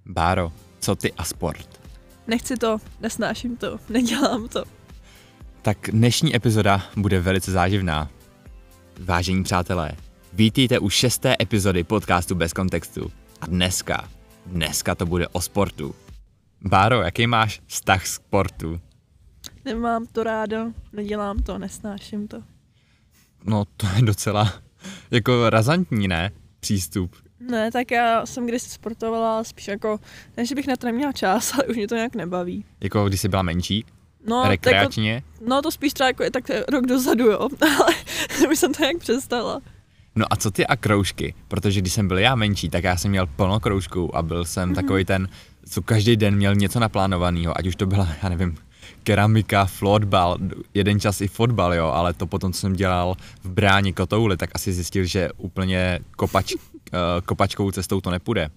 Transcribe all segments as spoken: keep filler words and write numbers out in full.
Báro, co ty a sport? Nechci to, nesnáším to, nedělám to. Tak dnešní epizoda bude velice záživná. Vážení přátelé, vítejte u šesté epizody podcastu Bez kontextu. A dneska, dneska to bude o sportu. Báro, jaký máš vztah k sportu? Nemám to ráda, nedělám to, nesnáším to. No to je docela jako razantní, ne? Přístup. Ne, tak já jsem kdysi sportovala spíš jako, ne, že bych na to neměla čas, ale už mě to nějak nebaví. Jako když jsi byla menší? No, rekreačně? Tak, no to spíš třeba jako je tak rok dozadu, jo, ale už jsem to nějak přestala. No a co ty a kroužky? Protože když jsem byl já menší, tak já jsem měl plno kroužků a byl jsem mm-hmm. takový ten, co každý den měl něco naplánovaného, ať už to byla, já nevím, keramika, flotbal, jeden čas i fotbal, jo, ale to potom, co jsem dělal v bráni Kotouli, tak asi zjistil, že úplně kopač, uh, kopačkou cestou to nepůjde.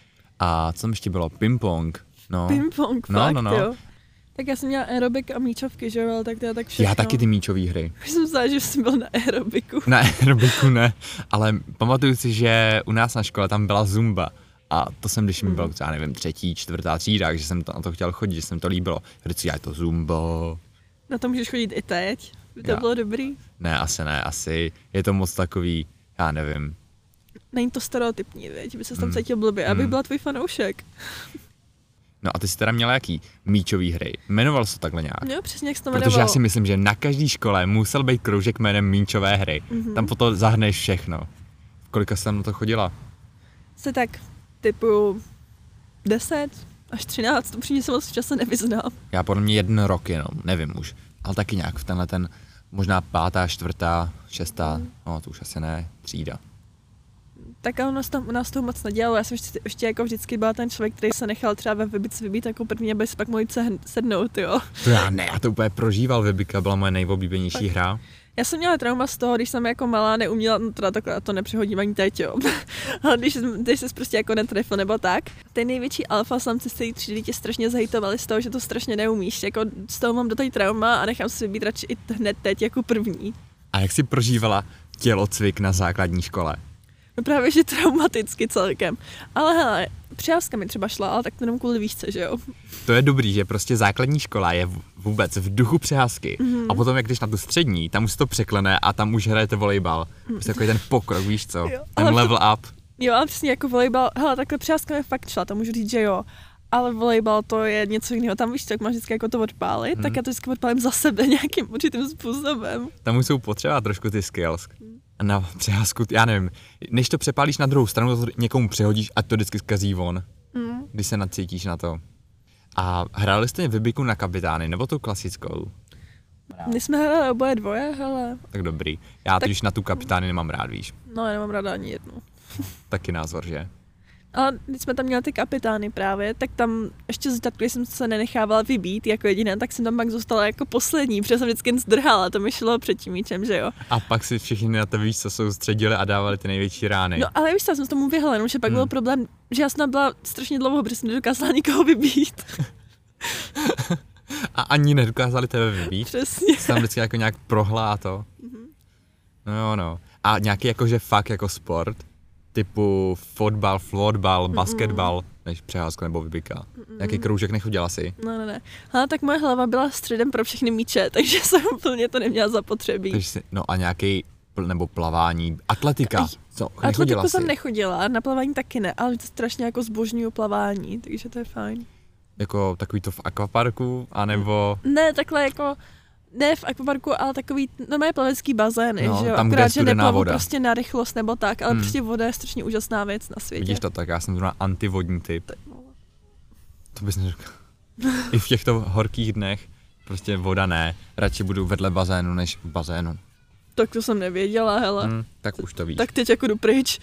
A co tam ještě bylo? Ping-pong. No. Ping-pong, no, fakt, no, no. jo. Tak já jsem měla aerobik a míčovky, že jo, tak to je tak všechno. Já taky ty míčové hry. Už jsem myslela, že jsem byl na aerobiku. Na aerobiku ne, ale pamatuju si, že u nás na škole tam byla zumba. A to jsem, když mi byl třeba, nevím, třetí, čtvrtá třída, že jsem to, na to chtěl chodit, že jsem to líbilo. Říci, já je to zumbo. Na to můžeš chodit i teď? By to já. bylo dobrý? Ne, asi ne, asi je to moc takový, já nevím. Není to stereotypní, věď, by se tam mm. cítil blbě, abych mm. byla tvůj fanoušek. No a ty jsi teda měla jaký míčový hry? Jmenoval se to takhle nějak? Jo, přesně jak jsi to Protože jmenoval. já si myslím, že na každé škole musel být kroužek jménem míčové hry. Mm-hmm. Tam potom zahrneš všechno. Kolika jsi tam na to chodila? Se tak typu deset až třináct, to přímě se moc v čase nevyznám. Já podle mě jeden rok jenom, nevím už. Ale taky nějak v tenhle ten, možná pátá, čtvrtá, šestá, mm. no to už asi ne, třída. Tak ale u nás, tam, u nás toho moc nedělalo, já jsem ještě, ještě jako vždycky byla ten člověk, který se nechal třeba ve Vybici vybít jako první, aby si pak mohli sednout, jo. To já ne, já to úplně prožíval, Vybika byla moje nejoblíbenější hra. Já jsem měla trauma z toho, když jsem jako malá neuměla, no teda takhle, to nepřehodím ani teď, jo. Ale když, když jsi prostě jako netrefil nebo tak. Ty největší alfa samci z celé třídy tě strašně zahejtovali z toho, že to strašně neumíš. Jako z toho mám do té trauma a nechám si vybít radši i hned teď jako první. A jak jsi prožívala tělocvik na základní škole? No právě, že traumaticky celkem. Ale hele, přiházka mi třeba šla, ale tak to jenom kvůli výšce, že jo. To je dobrý, že prostě základní škola je vůbec v duchu přiházky. Mm-hmm. A potom, jak jdeš na tu střední, tam už to překlene a tam už hrajete volejbal. Mm. Prostě takový ten pokrok, víš co? Jo, ten level to, up. Jo, ale přesně jako volejbal, hele, takhle přiházka mi fakt šla, to můžu říct, že jo. Ale volejbal to je něco jiného, tam víš co, jak máš vždycky jako to odpálit, mm. tak já to vždycky odpálím za sebe nějakým určitým způsobem. Tam už jsou potřeba trošku ty skills. Na přeházku, já nevím, než to přepálíš na druhou stranu, to někomu přehodíš a to vždycky zkazí von, mm. když se nacítíš na to. A hráli jste Vybiku na kapitány, nebo tu klasickou? My jsme hráli oboje dvoje, hele. Tak dobrý. Já tak... když na tu kapitány nemám rád, víš. No, já nemám ráda ani jednu. Taky názor, že? Ale když jsme tam měli ty kapitány právě, tak tam ještě začátku, když jsem se nenechávala vybít jako jediná, tak jsem tam pak zůstala jako poslední, protože jsem vždycky zdrhala, to mi šlo před tím míčem, že jo. A pak si všichni na to víš, co soustředili a dávali ty největší rány. No ale víš, co, jsem s tomu vyhla, jenom že pak hmm. byl problém, že já jsem byla strašně dlouho, protože jsem nedokázala nikoho vybít. A ani nedokázali tebe vybít? Přesně. Jsi tam vždycky jako nějak prohlá to. Mm-hmm. No jo, no. A nějaký jakože fakt jako sport? Typu fotbal, flotbal, basketbal, než přeházka nebo vybika. Mm-mm. Jaký kroužek nechodila si? No, ne, ne. Ale tak moje hlava byla středem pro všechny míče, takže jsem úplně to neměla zapotřebí. Takže si, no a nějaký, nebo plavání, atletika, co, nechodila Atletiku si? jsem nechodila, na plavání taky ne, ale to strašně jako zbožňuju plavání, takže to je fajn. Jako takový to v akvaparku, anebo... Ne, takhle jako... Ne v akvaparku, ale takový normálně plavecký bazény, no, že jo, tam, akorát, že neplavu voda. Prostě na rychlost nebo tak, ale hmm. prostě voda je strašně úžasná věc na světě. Vidíš to tak, já jsem zrovna antivodní typ. To bys neřekl. I v těchto horkých dnech prostě voda ne, radši budu vedle bazénu než v bazénu. Tak to jsem nevěděla, hele. Hmm, tak už to víš. Tak teď jako jdu pryč.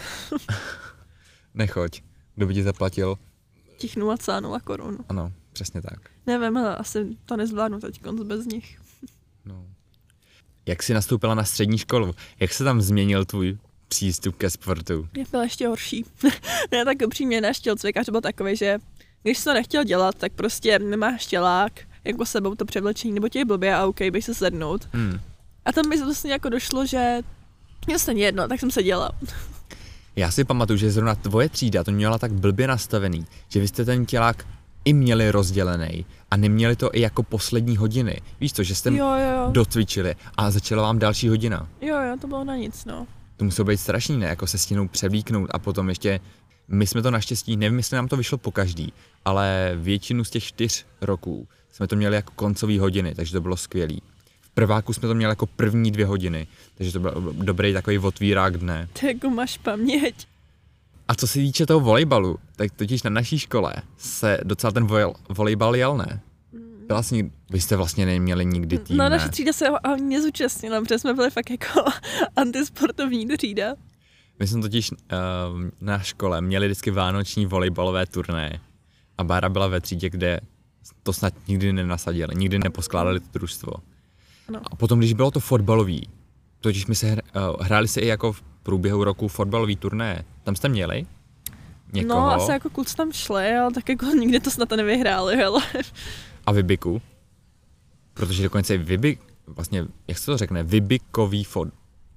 Nechoď, kdo by ti zaplatil? Těch nula celá nula korun. Ano, přesně tak. Nevím, hele, asi to nezvládnu teď konc bez nich. No. Jak jsi nastoupila na střední školu? Jak se tam změnil tvůj přístup ke sportu? Je byl ještě horší. Ne, tak upřímně náš tělocvikař byl takový, že když jsi to nechtěl dělat, tak prostě nemáš tělák, jako sebou to převlečení, nebo tě je blbě a OK, bych se sednout. Hmm. A tam mi vlastně jako došlo, že mě stejně jedno, tak jsem seděla. Já si pamatuju, že zrovna tvoje třída to měla tak blbě nastavený, že vy jste ten tělák i měli rozdělený a neměli to i jako poslední hodiny. Víš co, že jste Jo, jo, jo. docvičili a začala vám další hodina. Jo, jo, to bylo na nic, no. To muselo být strašný, ne? Jako se stěnou převlíknout a potom ještě, my jsme to naštěstí, nevím, jestli nám to vyšlo po každý, ale většinu z těch čtyř roků jsme to měli jako koncový hodiny, takže to bylo skvělý. V prváku jsme to měli jako první dvě hodiny, takže to byl dobrý takový otvírák dne. Ty jako máš paměť. A co se týče toho volejbalu, tak totiž na naší škole se docela ten vol, volejbal jel, ne? Vlastně, vy jste vlastně neměli nikdy tým, No, ne? naše třída se ho ani nezúčastnila, protože jsme byli fakt jako antisportovní třída. My jsme totiž uh, na škole měli vždycky vánoční volejbalové turnaje a Bára byla ve třídě, kde to snad nikdy nenasadili, nikdy neposkládali to družstvo. No. A potom, když bylo to fotbalový, totiž my se hr, uh, hráli se i jako v průběhu roku fotbalový turnaje, tam jste měli někoho? No, asi jako kluci tam šli, ale tak jako nikdy to snad nevyhráli, ale... A vybiku? Protože dokonce i vybik, vlastně, jak se to řekne, vybikový fot...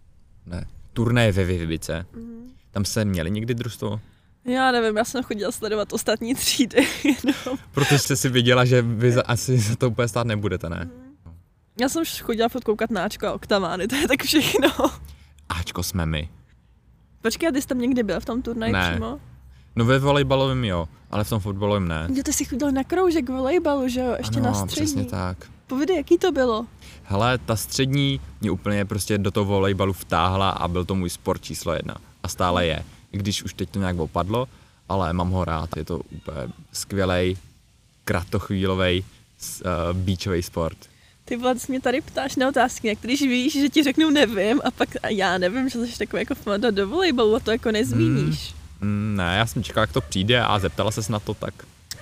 Ne, turné ve Vybice. Mm. Tam se měli někdy družstvo? Já nevím, já jsem chodila sledovat ostatní třídy. No. Protože jste si viděla, že vy za, asi za to úplně stát nebudete, ne? Mm. Já jsem chodila furt koukat na Ačko a Oktavány, to je tak všechno. Ačko jsme my. Počkej, a ty jsi tam někdy byl v tom turnaji Ne. přímo? No ve volejbalovém jo, ale v tom fotbalovém ne. Jo, ty jsi chodil na kroužek volejbalu, že jo? Ještě ano, na střední. přesně tak. Povídej, jaký to bylo? Hele, ta střední mě úplně prostě do toho volejbalu vtáhla a byl to můj sport číslo jedna. A stále je. I když už teď to nějak opadlo, ale mám ho rád. Je to úplně skvělej, kratochvílovej, uh, beachový sport. Ty vlastně mě tady ptáš na otázky, na když víš, že ti řeknu nevím a pak a já nevím, že jsi takový jako fanda do volejbalu a to jako nezmíníš. Mm, ne, já jsem čekal, jak to přijde a zeptala ses na to, tak...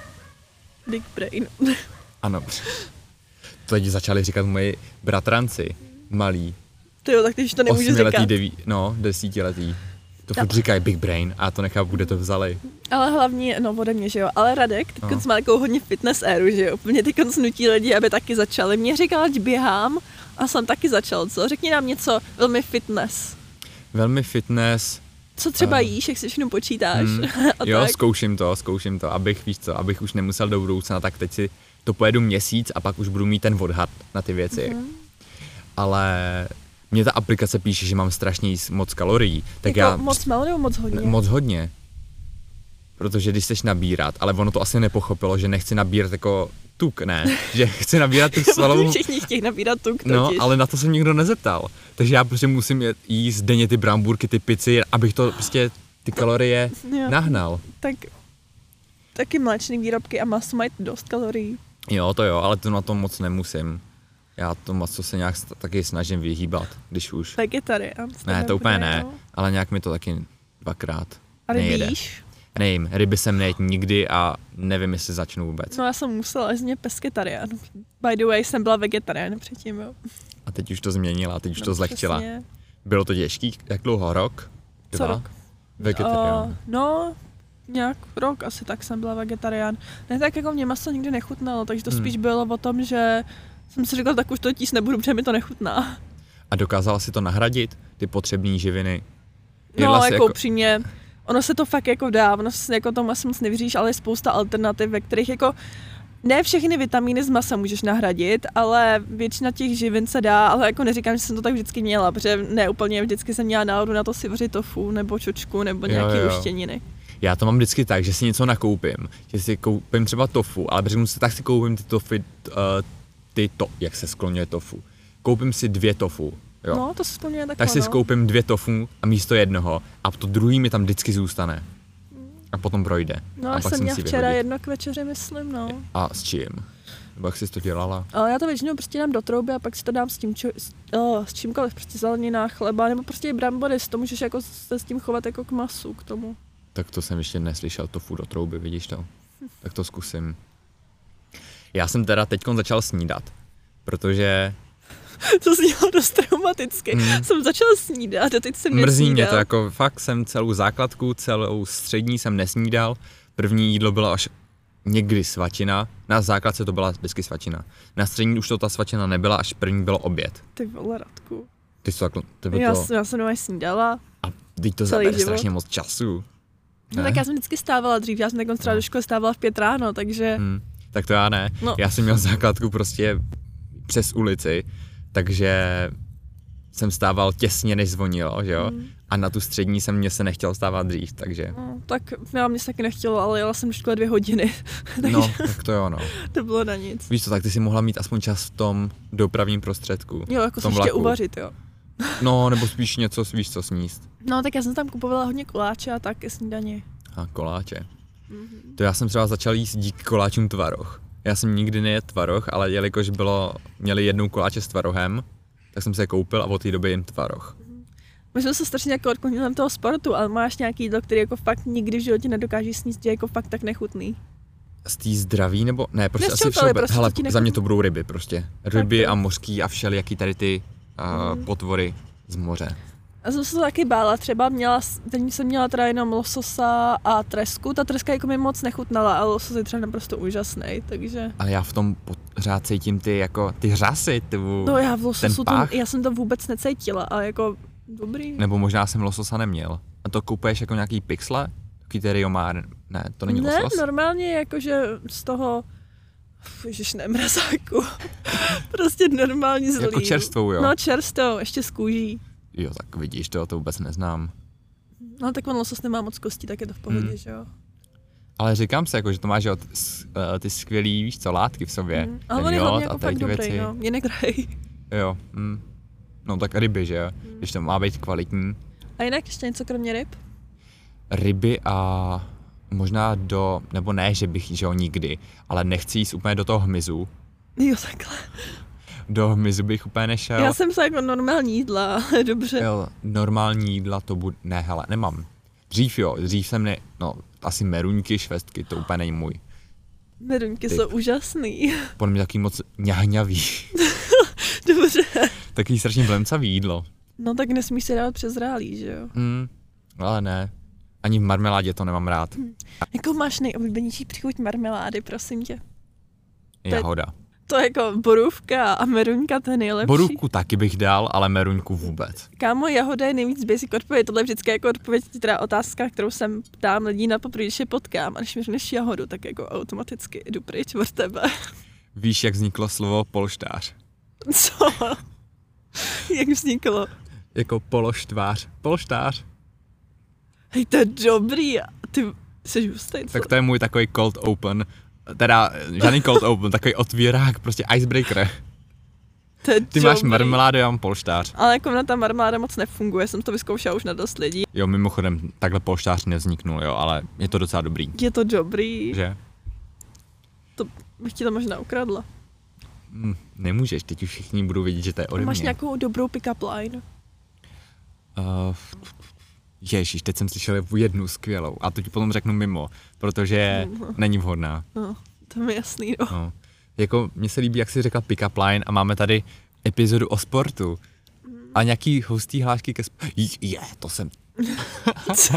Big brain. Ano. To teď začali říkat moji bratranci, malí. To jo, tak ty už to nemůžu Osmiletý, říkat. deví, no, desítiletý. To furt říkají Big Brain a já to nechápu, kde to vzali. Ale hlavně, no ode mě, že jo, ale Radek teď No. má takovou hodně fitness éru, že jo, úplně teď nutí lidi, aby taky začali. Mě říkal, ať běhám a jsem taky začal, co? Řekni nám něco velmi fitness. Velmi fitness. Co třeba Um, jíš, jak si všechno počítáš Mm, a jo, tak. zkouším to, zkouším to, abych, víš co, abych už nemusel do budoucna, tak teď si to pojedu měsíc a pak už budu mít ten odhad na ty věci. Mhm. Ale mě ta aplikace píše, že mám strašně jíst moc kalorií, tak Jako já... moc málo nebo moc hodně? Moc hodně. Protože když chceš nabírat, ale ono to asi nepochopilo, že nechci nabírat jako tuk, ne, že chci nabírat tu svalovou... Všichni chtějí nabírat tuk totiž. No, ale na to se nikdo nezeptal. Takže já prostě musím jet- jíst denně ty brambůrky, ty pici, abych to prostě ty kalorie Jo. nahnal. Tak taky mléčné výrobky a maso mají dost kalorií. Jo, to jo, ale to na to moc nemusím. Já to maso se nějak st- taky snažím vyhýbat, když už. Vegetarián. Ne, to úplně ne, ale nějak mi to taky dvakrát A nejede. ryby jíš? Nejím, ryby jsem nejet nikdy a nevím, jestli začnu vůbec. No já jsem musela, až z mě pesketarián. By the way, jsem byla vegetarián předtím, jo. A teď už to změnila, a teď už No, to zlehčila. přesně. Bylo to těžký? Jak dlouho? Rok? Co Dva? rok? Vegetarián. Uh, no, nějak rok asi tak jsem byla vegetarián. Ne, tak jako mě maso nikdy nechutnalo, takže to Hmm. spíš bylo o tom, že jsem si říkala, tak už to jíst nebudu, protože mi to nechutná. A dokázala si to nahradit? Ty potřební živiny? No, Jedla jako, jsi upřímně, ono se to fakt jako dá, ono se jako tomu asi moc nevěříš, ale je spousta alternativ, ve kterých jako ne všechny vitamíny z masa můžeš nahradit, ale většina těch živin se dá, ale jako neříkám, že jsem to tak vždycky měla, protože ne úplně vždycky jsem měla náladu na to si vařit tofu, nebo čočku, nebo Jo, nějaký jo. uštěniny. Já to mám vždycky tak, že si něco nakoupím, že si koupím třeba tofu, ale řeknu si, tak si koupím ty tofy, uh, ty to, jak se skloňuje tofu. Koupím si dvě tofu, jo. No, to se splňuje takhle, tak si no. skoupím dvě tofu a místo jednoho a to druhý mi tam vždycky zůstane. A potom projde. No, a já pak jsem měla si včera vyhodit. jedno k večeři, myslím, no. A s čím? Nebo jak jsi to dělala? Ale já to většinou prostě dám do trouby a pak si to dám s tím, čo, s, oh, s čímkoliv, prostě zelenina, chleba, nebo prostě i brambory, to můžeš jako se s tím chovat jako k masu, k tomu. Tak to jsem ještě neslyšel, tofu do trouby, vidíš to? Tak to zkusím. Já jsem teda teďkon začal snídat, protože To znělo dost traumaticky. Mm. Jsem začala snídat a teď jsem mrzí mě nesnídal. to, jako fakt jsem celou základku, celou střední jsem nesnídal. První jídlo bylo až někdy svačina, na základce to byla vždycky svačina. Na střední už to ta svačina nebyla, až první bylo oběd. Ty vole, Radku. Ty jsi to takhle, to bylo Já, to. jsem- já jsem doma snídala. A teď to Celý zabere život. strašně moc času. No tak já jsem vždycky stávala dřív, já jsem takhle třeba No. do školy stávala v pět ráno, takže... Hmm, tak to já ne. No. Já jsem měl základku prostě přes ulici, takže jsem stával těsně, než zvonilo, že jo? Mm. A na tu střední jsem mě se nechtěl stávat dřív, takže... No, tak já mě se taky nechtělo, ale jela jsem do školy dvě hodiny, takže No, tak to jo, no. to bylo na nic. Víš co, tak ty si mohla mít aspoň čas v tom dopravním prostředku. Jo, jako v se tom ještě vlaku. uvařit, jo. No, nebo spíš něco, víš co, sníst. No tak já jsem tam kupovala hodně koláče a tak ke snídani. A koláče. Mm-hmm. To já jsem třeba začal jíst díky koláčům tvaroh. Já jsem nikdy nejedl tvaroh, ale jelikož bylo, měli jednou koláče s tvarohem, tak jsem se je koupil a od té doby jen tvaroh. My jsme se strašně jako odklonili toho sportu, ale máš nějaký jídlo, který jako fakt nikdy v životě nedokážeš sníst, je jako fakt tak nechutný. Z té zdraví nebo? Ne, prostě asi Nešťoutali, všeobec. prostě Hele, to ti za mě nechutná. to budou ryby prostě. Ryby Tak a jo. mořský a všelijaký tady ty uh, Mm. potvory z moře. Já jsem se to taky bála, třeba měla, teď jsem měla teda jenom lososa a tresku, ta treska jako mi moc nechutnala, ale losos je třeba naprosto úžasný, takže... Ale já v tom pořád cítím ty jako ty řasy, ty No já v lososu, to, pách. já jsem to vůbec necítila a jako dobrý. Nebo možná jsem lososa neměl. A to kupuješ jako nějaký pixle? Taký ty Riomar, ne, to není ne, losos? normálně jakože z toho, ježiš, ne, mrazáku, prostě normálně zlý. Jako čerstvou, jo? No čerstvou, ještě z kůží. Jo, tak vidíš, to, to vůbec neznám. No tak on losos nemá moc kostí, tak je to v pohodě, Hmm. že jo. Ale říkám se, jako, že to máš jo, ty, s- eh, ty skvělý, víš co, látky v sobě. Mm. Ale Ten on je jód hlavně a jako tady fakt ty dobrý, věci. no, je nekraj. Jo, mm. No tak ryby, že jo, když to má být kvalitní. A jinak ještě něco kromě ryb? Ryby a možná do, nebo ne, že bych, že jo, nikdy, ale nechci jít úplně do toho hmyzu. Jo, takhle. Do hmyzu bych úplně nešel. Já jsem se jako normální jídla, ale dobře. Jo, normální jídla to bude, ne hele, nemám. Dřív jo, dřív jsem ne, no asi meruňky, švestky, to úplně není můj. Meruňky Typ. jsou úžasný. Podle mě taky moc ňahňavý. Dobře. Taky strašně blemcavý jídlo. No tak nesmíš se dávat přezrálý, že jo? Hmm, ale ne. Ani v marmeládě to nemám rád. Jako máš nejoblíbenější příchuť marmelády, prosím tě. je- Jahoda. To jako borůvka a meruňka, to je nejlepší. Borůvku taky bych dal, ale meruňku vůbec. Kámo, jahoda je nejvíc basic odpověď. Tohle je vždycky jako odpověď, teda otázka, kterou jsem ptám lidí na poprvé, když je potkám. A když mi řekneš jahodu, tak jako automaticky jdu pryč od tebe. Víš, jak vzniklo slovo polštář? Co? Jak vzniklo? Jako pološtvář. Polštář. Hej, to je dobrý. Ty jsi hustý, co? Tak to je můj takový cold open. Teda žádný cold open, takový otvírák, prostě icebreaker. To je Ty máš dobrý. marmeládu, já mám polštář. Ale jako na ta marmeláda moc nefunguje, jsem to vyzkoušela už na dost lidí. Jo, mimochodem, takhle polštář nevzniknul, jo, ale je to docela dobrý. Je to dobrý, Že? bych ti to možná ukradla. Hm, nemůžeš, teď už všichni budou vědět, že to je ode Máš mě. nějakou dobrou pick-up line? Uh, ježíš, teď jsem slyšel jednu skvělou a to ti potom řeknu mimo, protože Mhm. není vhodná. No, to mi jasný, no. No. Jako, mně se líbí, jak jsi řekla pick-up line a máme tady epizodu o sportu. A nějaký hustý hlášky ke sp... Je, to jsem... Co?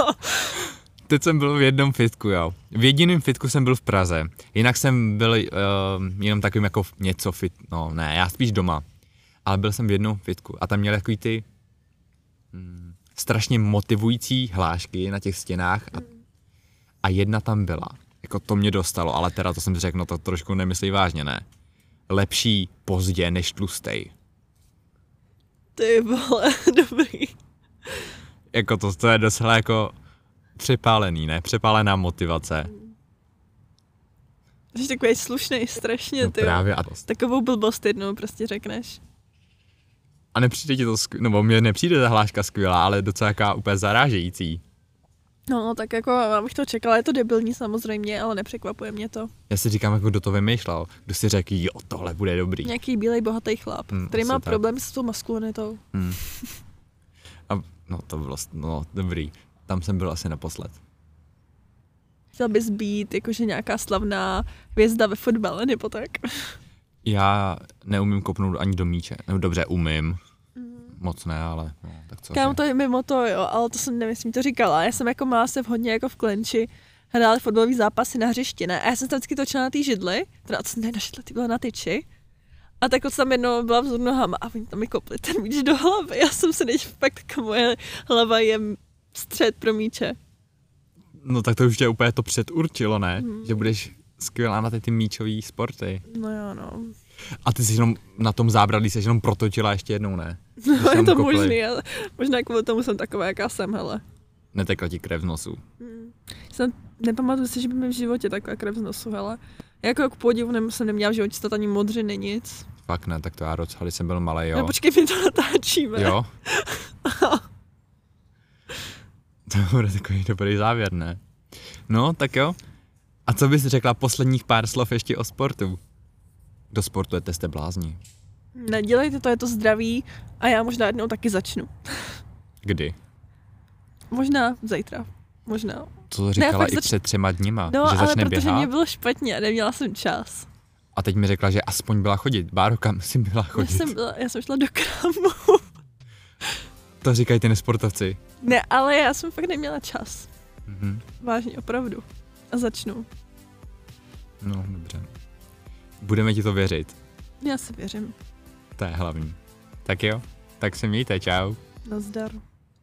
Teď jsem byl v jednom fitku, jo. V jediném fitku jsem byl v Praze. Jinak jsem byl uh, jenom takovým jako něco fit... No ne, já spíš doma. Ale byl jsem v jednom fitku a tam měli takový ty hm, strašně motivující hlášky na těch stěnách a, a jedna tam byla. Jako to mě dostalo, ale teda to jsem si řekl, no to trošku nemyslí vážně, ne? Lepší pozdě než tlustej. Ty vole, dobrý. Jako to, to je docela jako přepálený, ne? Přepálená motivace. Jsi takový slušnej, strašně, No ty. právě a, Takovou blbost jednou prostě řekneš. a nepřijde ti to skvělá, nebo mně nepřijde ta hláška skvělá, ale docela jaká úplně zarážející. No, no, tak jako, abych to čekala, je to debilní samozřejmě, ale nepřekvapuje mě to. Já si říkám, jako kdo to vymýšlel, kdo si řekl, jo, tohle bude dobrý. Nějaký bílej bohatý chlap, Hmm, který asi má tak. problém s tou maskulinitou. Hmm. A no to bylo, no dobrý, tam jsem byl asi naposled. Chtěl bys být jakože nějaká slavná hvězda ve fotbale, nebo tak? Já neumím kopnout ani do míče, nebo dobře umím, moc ne, ale no, tak co. Kámo, že? to je mimo to, jo, ale to jsem nevím, to říkala. Já jsem jako má se v hodně jako v klenči hráli fotbalový zápasy na hřišti, ne? A já jsem tam vždycky točila na té židli, teda to jsem ne na židli, ty byla na tyči. A tak jsem jednou byla vzor nohama a oni tam mi kopli ten míč do hlavy. Já jsem se než fakt, tak moje hlava je střed pro míče. No tak to už tě úplně to předurčilo, ne? Hmm. Že budeš skvělá na ty, ty míčový sporty. No jo, no. A ty jsi jenom na tom zábradlí se jenom protočila ještě jednou, ne? No je to možný, ale možná kvůli tomu jsem taková, jaká jsem, hele. Netekla ti krev z nosu. Hmm. Jsem, nepamatuji si, že by mi v životě taková krev z nosu, hele. Jako k podivu nem, jsem neměla v životě stát ani modřiny, nic. Fakt ne, tak to já docela, když jsem byl malej, jo. No počkej, my to natáčíme. Jo? To bude takový dobrý závěr, ne? No, tak jo. A co bys řekla posledních pár slov ještě o sportu? Kdo sportujete, jste blázni. Nedělejte to, je to zdraví a já možná jednou taky začnu. Kdy? Možná zítra. Možná. To říkala ne, i zač... před třema dněma, no, že začne ale protože běhat. mě bylo špatně a neměla jsem čas. A teď mi řekla, že aspoň byla chodit. Báro, kam jsi byla chodit? Já jsem, byla, já jsem šla do krámu. To říkají ty nesportovci. Ne, ale já jsem fakt neměla čas. Mhm. Vážně, opravdu. A začnu. No, dobře. Budeme ti to věřit. Já si věřím. To je hlavní. Tak jo, tak se mějte, čau. Nazdar.